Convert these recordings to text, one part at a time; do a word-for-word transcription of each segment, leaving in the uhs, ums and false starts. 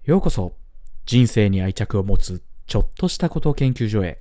ようこそ人生に愛着を持つちょっとしたこと研究所へ。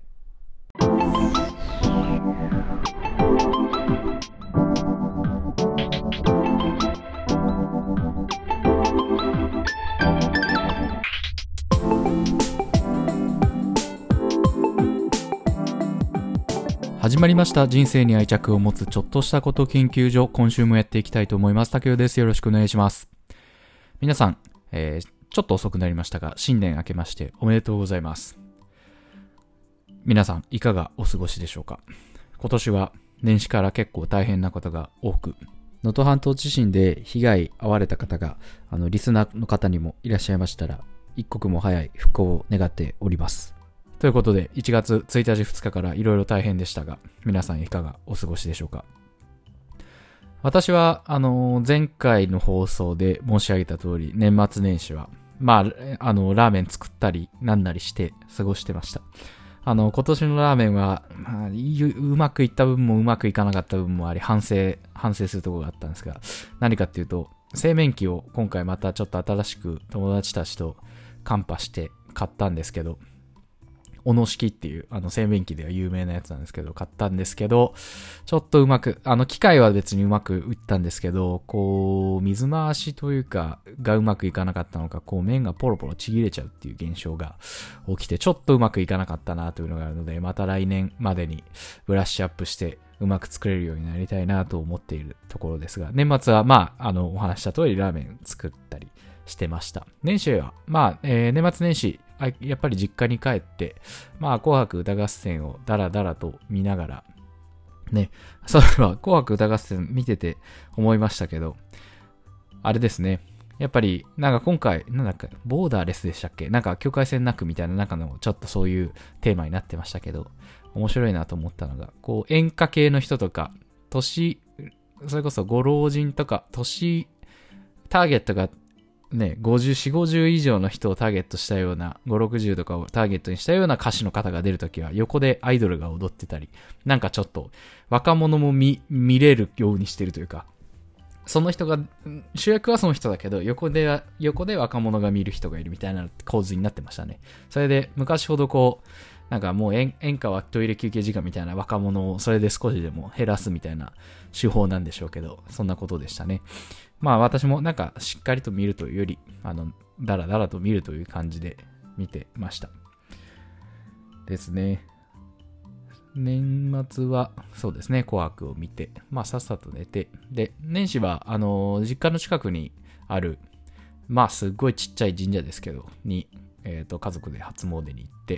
始まりました。人生に愛着を持つちょっとしたこと研究所。今週もやっていきたいと思います。竹雄です。よろしくお願いします。皆さん、えー、ちょっと遅くなりましたが、新年明けましておめでとうございます。皆さん、いかがお過ごしでしょうか。今年は年始から結構大変なことが多く、能登半島地震で被害遭われた方が、あの、リスナーの方にもいらっしゃいましたら、一刻も早い復興を願っております。ということで、いちがつついたちふつかからいろいろ大変でしたが、皆さんいかがお過ごしでしょうか。私は、あの、前回の放送で申し上げた通り、年末年始は、まあ、あの、ラーメン作ったり、なんなりして過ごしてました。あの、今年のラーメンは、まあ、うまくいった部分もうまくいかなかった部分もあり、反省、反省するところがあったんですが、何かっていうと、製麺機を今回またちょっと新しく友達たちとカンパして買ったんですけど、オノ式っていう、あの、製麺機では有名なやつなんですけど、買ったんですけど、ちょっとうまく、あの、機械は別にうまく打ったんですけど、こう、水回しというか、がうまくいかなかったのか、こう、麺がポロポロちぎれちゃうっていう現象が起きて、ちょっとうまくいかなかったなというのがあるので、また来年までにブラッシュアップして、うまく作れるようになりたいなと思っているところですが、年末は、まあ、あの、お話した通りラーメン作ったりしてました。年始は、まあ、えー、年末年始、やっぱり実家に帰って、まあ、紅白歌合戦をダラダラと見ながら、ね、それは紅白歌合戦見てて思いましたけど、あれですね、やっぱり、なんか今回、なんだっけ、ボーダーレスでしたっけ、なんか境界線なくみたいな中のちょっとそういうテーマになってましたけど、面白いなと思ったのが、こう演歌系の人とか、年、それこそご老人とか、年、ターゲットがね、ごじゅう、よんじゅう、ごじゅう以上の人をターゲットしたような、ごじゅう、ろくじゅうとかをターゲットにしたような歌手の方が出るときは、横でアイドルが踊ってたり、なんかちょっと若者も 見, 見れるようにしてるというか、その人が、主役はその人だけど、横で、横で若者が見る人がいるみたいな構図になってましたね。それで、昔ほどこう、なんかもう演歌はトイレ休憩時間みたいな若者をそれで少しでも減らすみたいな手法なんでしょうけど、そんなことでしたね。まあ私もなんかしっかりと見るというより、あの、だらだらと見るという感じで見てました。ですね。年末はそうですね、紅白を見て、まあさっさと寝て、で、年始はあの、実家の近くにある、まあすっごいちっちゃい神社ですけど、に、えっと、家族で初詣に行って、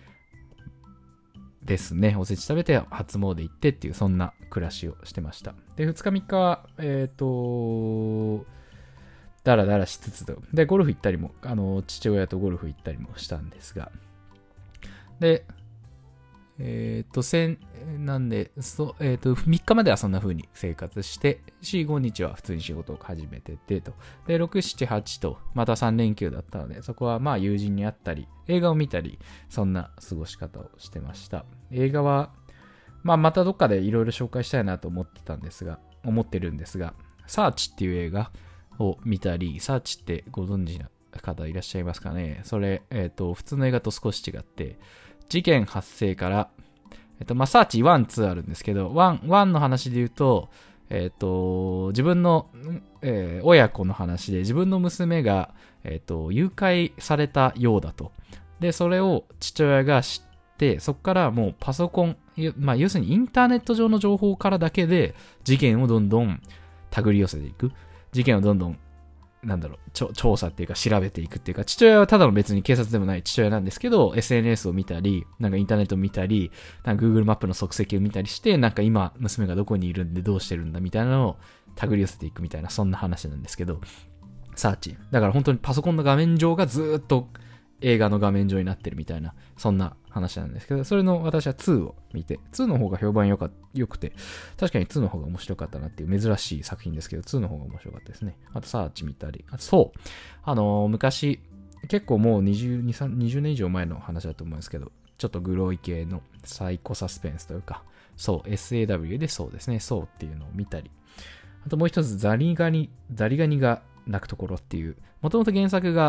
ですね、おせち食べて初詣行ってっていうそんな暮らしをしてました。でふつかみっかはえっ、ー、とダラダラしつつでゴルフ行ったりも、あの父親とゴルフ行ったりもしたんですが、でえっ、ー、と先なんでそえっ、ー、とみっかまではそんな風に生活して、よん、ごにちは普通に仕事を始めててと、でろく、しち、はちとまたさん連休だったので、そこはまあ友人に会ったり映画を見たり、そんな過ごし方をしてました。映画はまあまたどっかでいろいろ紹介したいなと思ってたんですが思ってるんですがサーチっていう映画を見たり、サーチってご存知な方いらっしゃいますかね。それえっ、ー、と普通の映画と少し違って、事件発生から、えっと、まあ、サーチいち、にあるんですけど、いち、いちの話で言うと、えっと、自分の、えー、親子の話で、自分の娘が、えっと、誘拐されたようだと。で、それを父親が知って、そこからもうパソコン、まあ、要するにインターネット上の情報からだけで、事件をどんどん手繰り寄せていく。事件をどんどんなんだろう、調査っていうか調べていくっていうか、父親はただの別に警察でもない父親なんですけど、エスエヌエス を見たり、なんかインターネットを見たり、なんか Google マップの足跡を見たりして、なんか今娘がどこにいるんでどうしてるんだみたいなのを手繰り寄せていくみたいな、そんな話なんですけど、サーチ。だから本当にパソコンの画面上がずーっと映画の画面上になってるみたいな、そんな話なんですけど、それの私はにを見て、にの方が評判良か良くて、確かににの方が面白かったなっていう珍しい作品ですけど、にの方が面白かったですね。あとサーチ見たり、あとそう、あのー、昔、結構もうにじゅうに、にじゅうねん以上前の話だと思うんですけど、ちょっとグロい系のサイコサスペンスというか、そう、エスエーダブリュー でそうですね、そうっていうのを見たり、あともう一つザリガニ、ザリガニが鳴くところっていう、もともと原作が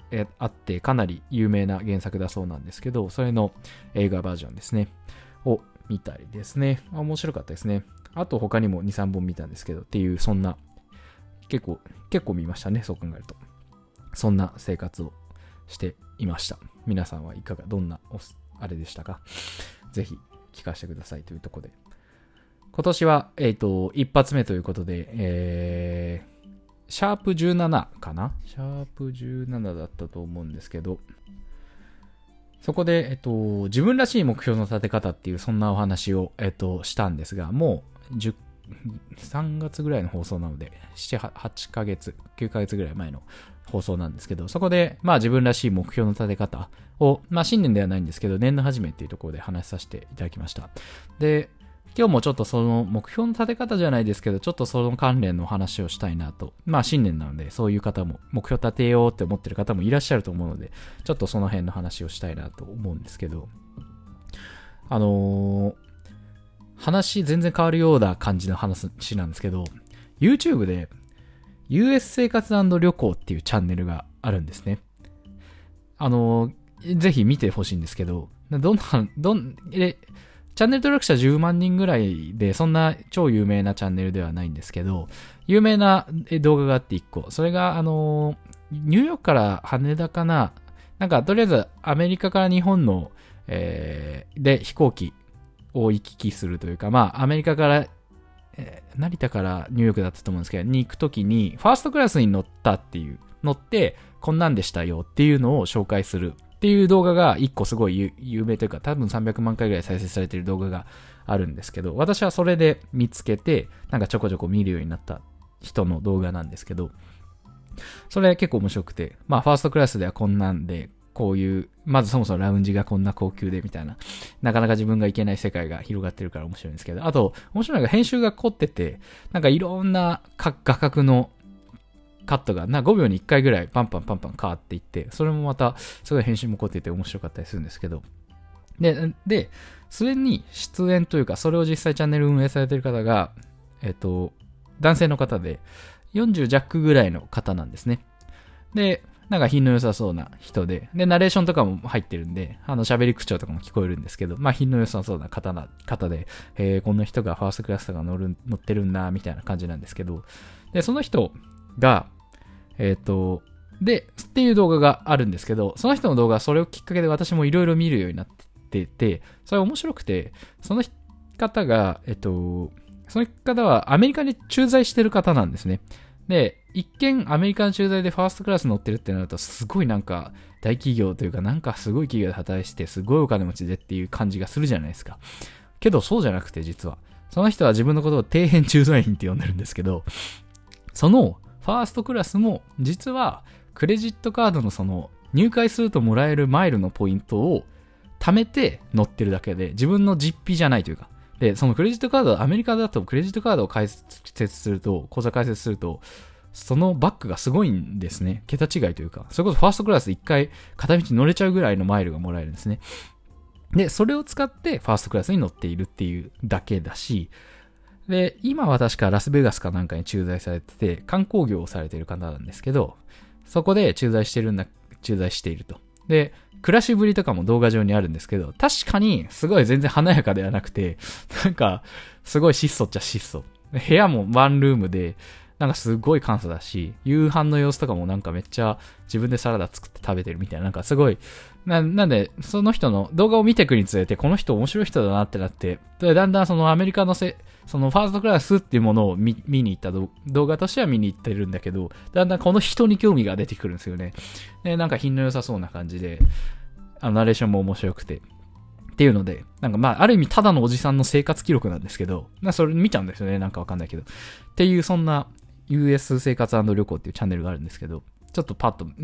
あってかなり有名な原作だそうなんですけど、それの映画バージョンですねを見たりですね、面白かったですね。あと他にもにさんぼん見たんですけどっていう、そんな結構結構見ましたね。そう考えるとそんな生活をしていました。皆さんはいかが、どんなおあれでしたか？ぜひ聞かせてくださいというところで、今年はえっと一発目ということで、えー、シャープじゅうななかなシャープじゅうななだったと思うんですけど、そこで、えっと、自分らしい目標の立て方っていう、そんなお話を、えっと、したんですが、もうじゅうさんがつぐらいの放送なので、なな、はちかげつ、きゅうかげつぐらい前の放送なんですけど、そこで、まあ自分らしい目標の立て方を、まあ新年ではないんですけど、年の初めっていうところで話させていただきました。で、今日もちょっとその目標の立て方じゃないですけど、ちょっとその関連の話をしたいなと。まあ新年なので、そういう方も、目標立てようって思ってる方もいらっしゃると思うので、ちょっとその辺の話をしたいなと思うんですけど、あのー、話全然変わるような感じの話なんですけど、YouTube で ユーエス 生活&旅行っていうチャンネルがあるんですね。あのー、ぜひ見てほしいんですけど、どんな、どん、え、チャンネル登録者じゅうまんにんぐらいで、そんな超有名なチャンネルではないんですけど、有名な動画があっていっこ。それが、あの、ニューヨークから羽田かな、なんか、とりあえずアメリカから日本の、えー、で飛行機を行き来するというか、まあ、アメリカから、えー、成田からニューヨークだったと思うんですけど、に行くときに、ファーストクラスに乗ったっていう、乗って、こんなんでしたよっていうのを紹介する。っていう動画が一個すごい有名というか、多分さんびゃくまんかいぐらい再生されている動画があるんですけど、私はそれで見つけて、なんかちょこちょこ見るようになった人の動画なんですけど、それ結構面白くて、まあファーストクラスではこんなんで、こういう、まずそもそもラウンジがこんな高級でみたいな、なかなか自分が行けない世界が広がってるから面白いんですけど、あと面白いのが編集が凝ってて、なんかいろんな画角のカットがなごびょうにいっかいぐらいパンパンパンパン変わっていって、それもまたすごい編集も凝っていて面白かったりするんですけど、で、で、それに出演というか、それを実際チャンネル運営されている方が、えっと、男性の方でよんじゅう弱ぐらいの方なんですね。で、なんか品の良さそうな人で、で、ナレーションとかも入ってるんで、あの喋り口調とかも聞こえるんですけど、まあ品の良さそうな方な、方で、えー、こんな人がファーストクラスとか乗る、乗ってるんだ、みたいな感じなんですけど、で、その人が、えっと、で、っていう動画があるんですけど、その人の動画、それをきっかけで私もいろいろ見るようになってて、それ面白くて、その方が、えっと、その方はアメリカに駐在してる方なんですね。で、一見アメリカの駐在でファーストクラス乗ってるってなると、すごいなんか大企業というか、なんかすごい企業で働いてて、すごいお金持ちでっていう感じがするじゃないですか。けどそうじゃなくて、実は。その人は自分のことを底辺駐在員って呼んでるんですけど、そのファーストクラスも実はクレジットカードのその入会するともらえるマイルのポイントを貯めて乗ってるだけで、自分の実費じゃないというか。で、そのクレジットカード、アメリカだとクレジットカードを開設すると、口座開設すると、そのバックがすごいんですね。桁違いというか。それこそファーストクラスいっかい片道乗れちゃうぐらいのマイルがもらえるんですね。で、それを使ってファーストクラスに乗っているっていうだけだし、で、今は確かラスベガスかなんかに駐在されてて、観光業をされている方なんですけど、そこで駐在してるんだ、駐在していると。で、暮らしぶりとかも動画上にあるんですけど、確かにすごい全然華やかではなくて、なんか、すごい質素っちゃ質素。部屋もワンルームで、なんかすごい簡素だし、夕飯の様子とかもなんかめっちゃ自分でサラダ作って食べてるみたいな、なんかすごい、な、なんで、その人の動画を見ていくにつれて、この人面白い人だなってなって、でだんだんそのアメリカのせ、そのファーストクラスっていうものを 見, 見に行った動画としては見に行ってるんだけど、だんだんこの人に興味が出てくるんですよね。で、なんか品の良さそうな感じで、あのナレーションも面白くて。っていうので、なんかまあ、ある意味ただのおじさんの生活記録なんですけど、なそれ見ちゃうんですよね。なんかわかんないけど。っていう、そんな ユーエス 生活&旅行っていうチャンネルがあるんですけど、ちょっとパッと、うん、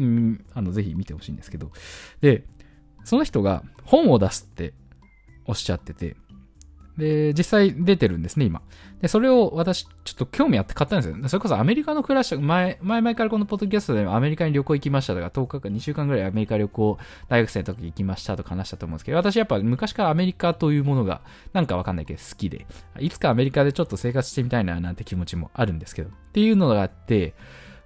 あの、ぜひ見てほしいんですけど。で、その人が本を出すっておっしゃってて、で、実際出てるんですね、今。で、それを私、ちょっと興味あって買ったんですよ。それこそアメリカの暮らし、前、前々からこのポッドキャストでアメリカに旅行行きましたとか、とおかかん、にしゅうかんぐらいアメリカ旅行、大学生の時行きましたとか話したと思うんですけど、私やっぱ昔からアメリカというものが、なんかわかんないけど好きで、いつかアメリカでちょっと生活してみたいななんて気持ちもあるんですけど、っていうのがあって、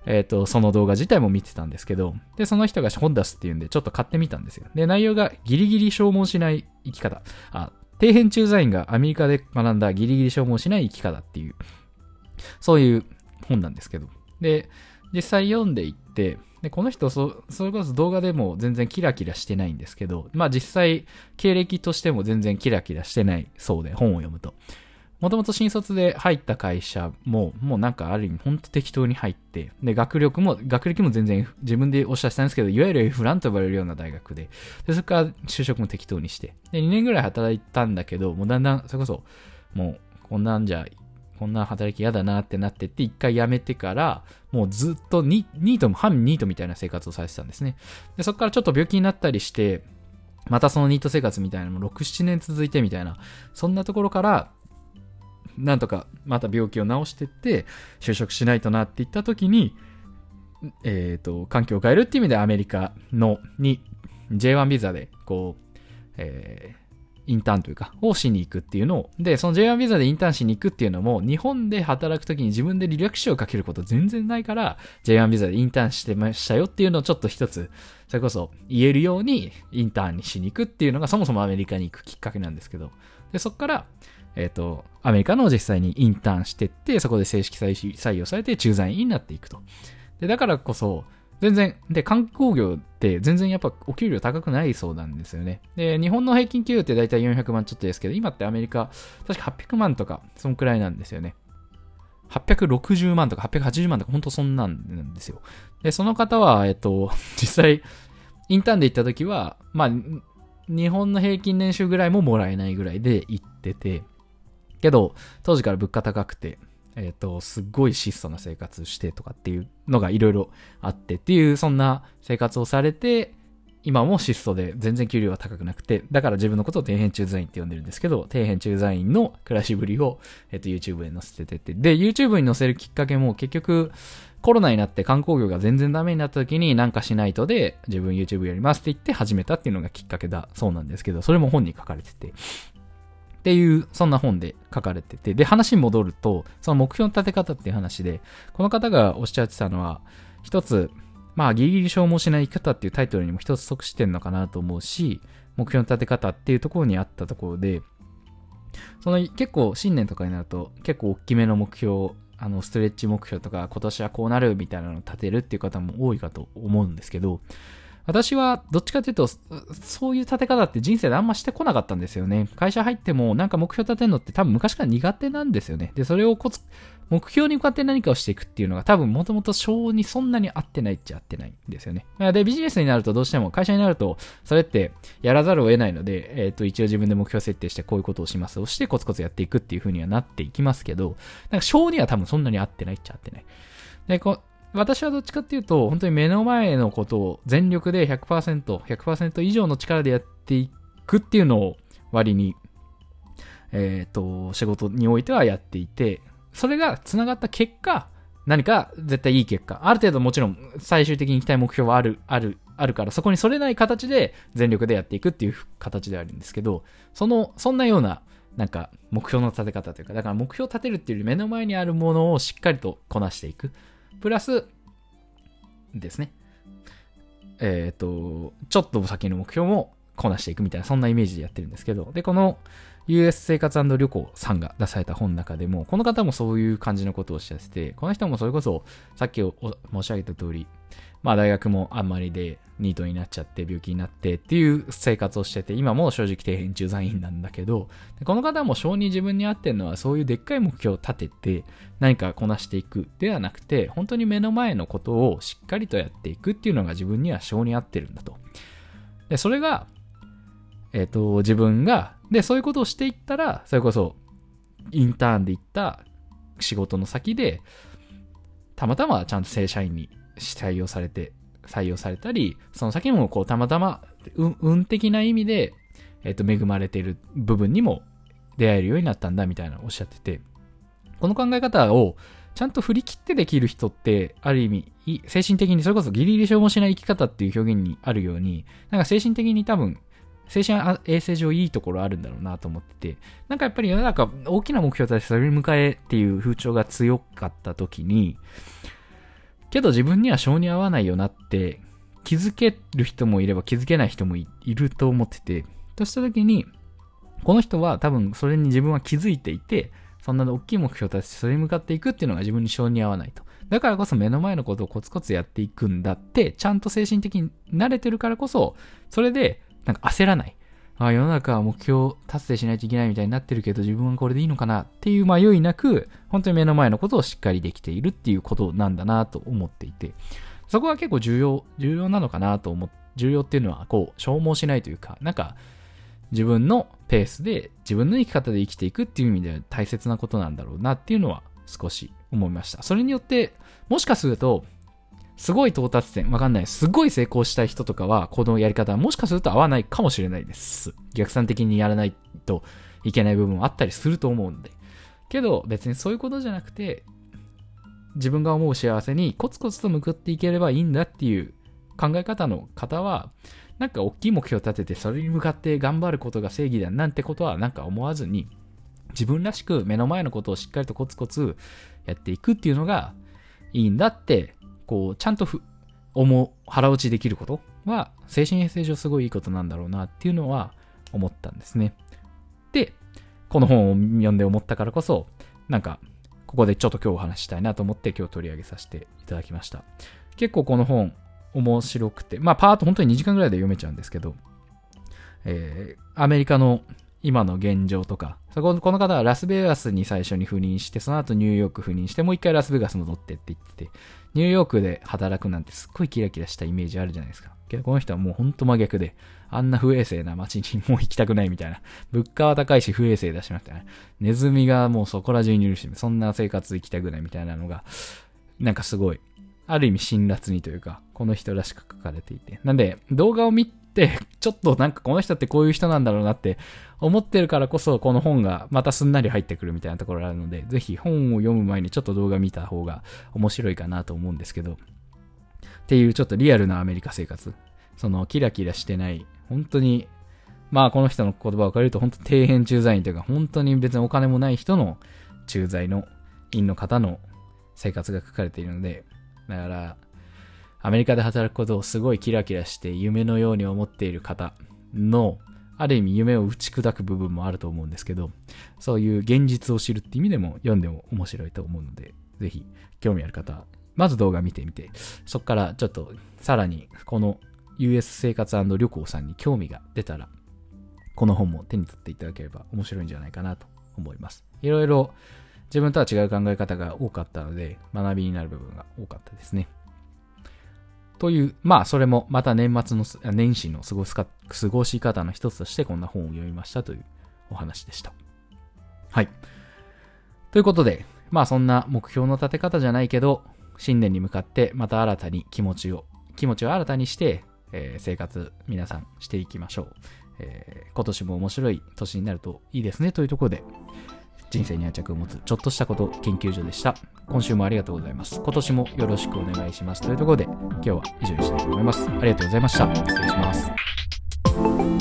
えっと、その動画自体も見てたんですけど、で、その人が本出すっていうんで、ちょっと買ってみたんですよ。で、内容がギリギリ消耗しない生き方。あ、底辺駐在員がアメリカで学んだギリギリ消耗しない生き方っていう、そういう本なんですけど。で、実際読んでいって、で、この人そ、それこそ動画でも全然キラキラしてないんですけど、まあ実際、経歴としても全然キラキラしてないそうで、本を読むと。もともと新卒で入った会社も、もうなんかある意味ほんと適当に入って、で、学力も、学歴も全然自分でおっしゃってたんですけど、いわゆる F ランと呼ばれるような大学で、で、それから就職も適当にして、で、にねんぐらい働いたんだけど、もうだんだん、それこそ、もう、こんなんじゃ、こんな働き嫌だなってなってって、一回辞めてから、もうずっとニートも、反ニートみたいな生活をされてたんですね。で、そこからちょっと病気になったりして、またそのニート生活みたいなのもろく、ななねん続いてみたいな、そんなところから、なんとかまた病気を治してって就職しないとなって言った時に、えっと、環境を変えるっていう意味でアメリカのに ジェイワン ビザでこう、えー、インターンというかをしに行くっていうのを、で、その ジェイワン ビザでインターンしに行くっていうのも日本で働く時に自分で履歴書をかけること全然ないから ジェイワン ビザでインターンしてましたよっていうのをちょっと一つそれこそ言えるようにインターンにしに行くっていうのがそもそもアメリカに行くきっかけなんですけど、で、そこからえっと、アメリカの実際にインターンしてって、そこで正式採用されて駐在員になっていくと。で、だからこそ、全然、で、観光業って全然やっぱお給料高くないそうなんですよね。で、日本の平均給与ってだいたいよんひゃくまんちょっとですけど、今ってアメリカ、確かはっぴゃくまんとか、そんくらいなんですよね。はっぴゃくろくじゅうまんとかはっぴゃくはちじゅうまんとか、ほんとそんなんですよ。で、その方は、えっと、実際、インターンで行った時は、まあ、日本の平均年収ぐらいももらえないぐらいで行ってて、けど、当時から物価高くて、えっと、すっごい質素な生活してとかっていうのがいろいろあってっていう、そんな生活をされて、今も質素で全然給料は高くなくて、だから自分のことを底辺駐在員って呼んでるんですけど、底辺駐在員の暮らしぶりを、えっと、YouTube に載せててて、で、YouTube に載せるきっかけも結局、コロナになって観光業が全然ダメになった時になんかしないとで、自分 YouTube やりますって言って始めたっていうのがきっかけだそうなんですけど、それも本に書かれてて、っていう、そんな本で書かれてて、で、話に戻ると、その目標の立て方っていう話で、この方がおっしゃってたのは、一つ、まあ、ギリギリ消耗しない生き方っていうタイトルにも一つ即してんのかなと思うし、目標の立て方っていうところにあったところで、その結構新年とかになると、結構大きめの目標、あの、ストレッチ目標とか、今年はこうなるみたいなのを立てるっていう方も多いかと思うんですけど、私はどっちかというと、そういう立て方って人生であんましてこなかったんですよね。会社入ってもなんか目標立てるのって多分昔から苦手なんですよね。で、それをコツ、目標に向かって何かをしていくっていうのが多分もともと性にそんなに合ってないっちゃ合ってないんですよね。で、ビジネスになるとどうしても会社になると、それってやらざるを得ないので、えっと、一応自分で目標設定してこういうことをします。をしてコツコツやっていくっていう風にはなっていきますけど、なんか性には多分そんなに合ってないっちゃ合ってない。で、こう、私はどっちかっていうと、本当に目の前のことを全力で ひゃくパーセント、ひゃくパーセント 以上の力でやっていくっていうのを割に、えっと、仕事においてはやっていて、それが繋がった結果、何か絶対いい結果。ある程度もちろん最終的に行きたい目標はある、ある、あるから、そこにそれない形で全力でやっていくっていう形ではあるんですけど、その、そんなような、なんか目標の立て方というか、だから目標を立てるっていうより目の前にあるものをしっかりとこなしていく。プラスですね。えっと、ちょっと先の目標もこなしていくみたいな、そんなイメージでやってるんですけど、で、この ユーエス 生活&旅行さんが出された本の中でも、この方もそういう感じのことをおっしゃってて、この人もそれこそ、さっき申し上げた通り、まあ大学もあんまりでニートになっちゃって病気になってっていう生活をしてて、今も正直底辺駐在員なんだけど、この方も性に自分に合ってるのはそういうでっかい目標を立てて何かこなしていくではなくて、本当に目の前のことをしっかりとやっていくっていうのが自分には性に合ってるんだと。で、それが、えっと、自分が、で、そういうことをしていったら、それこそインターンで行った仕事の先で、たまたまちゃんと正社員に採用されて、採用されたり、その先もこうたまたま運、運的な意味で、えっと、恵まれている部分にも出会えるようになったんだみたいなおっしゃってて、この考え方をちゃんと振り切ってできる人って、ある意味、精神的にそれこそギリギリ消耗しない生き方っていう表現にあるように、なんか精神的に多分、精神衛生上いいところあるんだろうなと思ってて、なんかやっぱり世の中大きな目標としてそれに向かえっていう風潮が強かった時に、 けど自分には性に合わないよなって気づける人もいれば気づけない人も い, いると思ってて、とした時に、この人は多分それに自分は気づいていて、そんな大きい目標を立ててそれに向かっていくっていうのが自分に性に合わないと。だからこそ目の前のことをコツコツやっていくんだって、ちゃんと精神的に慣れてるからこそ、それでなんか焦らない。ああ、世の中は目標達成しないといけないみたいになってるけど、自分はこれでいいのかなっていう迷いなく、本当に目の前のことをしっかりできているっていうことなんだなと思っていて、そこは結構重要、重要なのかなと思って、重要っていうのはこう消耗しないというか、なんか自分のペースで自分の生き方で生きていくっていう意味では大切なことなんだろうなっていうのは少し思いました。それによってもしかするとすごい到達点、わかんない、すごい成功したい人とかはこのやり方はもしかすると合わないかもしれないです。逆算的にやらないといけない部分はあったりすると思うんで。けど別にそういうことじゃなくて、自分が思う幸せにコツコツと向かっていければいいんだっていう考え方の方は、なんか大きい目標を立ててそれに向かって頑張ることが正義だなんてことはなんか思わずに、自分らしく目の前のことをしっかりとコツコツやっていくっていうのがいいんだって、こうちゃんとふ思う腹落ちできることは精神衛生上すごいいいことなんだろうなっていうのは思ったんですね。で、この本を読んで思ったからこそ、なんかここでちょっと今日お話ししたいなと思って今日取り上げさせていただきました。結構この本面白くて、まあパーッと本当ににじかんぐらいで読めちゃうんですけど、えー、アメリカの今の現状とか、そここの方はラスベガスに最初に赴任して、その後ニューヨーク赴任して、もう一回ラスベガス戻ってって言ってて、ニューヨークで働くなんてすっごいキラキラしたイメージあるじゃないですか。けどこの人はもうほんと真逆で、あんな不衛生な街にもう行きたくないみたいな。物価は高いし不衛生だしましたね。ネズミがもうそこら中にいるし、そんな生活行きたくないみたいなのが、なんかすごい、ある意味辛辣にというか、この人らしく書かれていて。なんで、動画を見て、ちょっとなんかこの人ってこういう人なんだろうなって思ってるからこそ、この本がまたすんなり入ってくるみたいなところがあるので、ぜひ本を読む前にちょっと動画見た方が面白いかなと思うんですけど、っていうちょっとリアルなアメリカ生活。そのキラキラしてない、本当に、まあこの人の言葉を借りると本当底辺駐在員というか、本当に別にお金もない人の駐在の員の方の生活が書かれているので、だから、アメリカで働くことをすごいキラキラして夢のように思っている方の、ある意味夢を打ち砕く部分もあると思うんですけど、そういう現実を知るって意味でも読んでも面白いと思うので、ぜひ興味ある方は、まず動画見てみて、そこからちょっとさらにこの ユーエス 生活&旅行さんに興味が出たら、この本も手に取っていただければ面白いんじゃないかなと思います。いろいろ自分とは違う考え方が多かったので、学びになる部分が多かったですね。という、まあそれもまた年末の、年始の過ごすか、過ごし方の一つとしてこんな本を読みましたというお話でした。はい。ということで、まあそんな目標の立て方じゃないけど、新年に向かってまた新たに気持ちを、気持ちを新たにして、えー、生活皆さんしていきましょう。えー、今年も面白い年になるといいですねというところで、人生に愛着を持つちょっとしたこと研究所でした。今週もありがとうございます。今年もよろしくお願いしますというところで、今日は以上にしたいと思います。ありがとうございました。失礼します。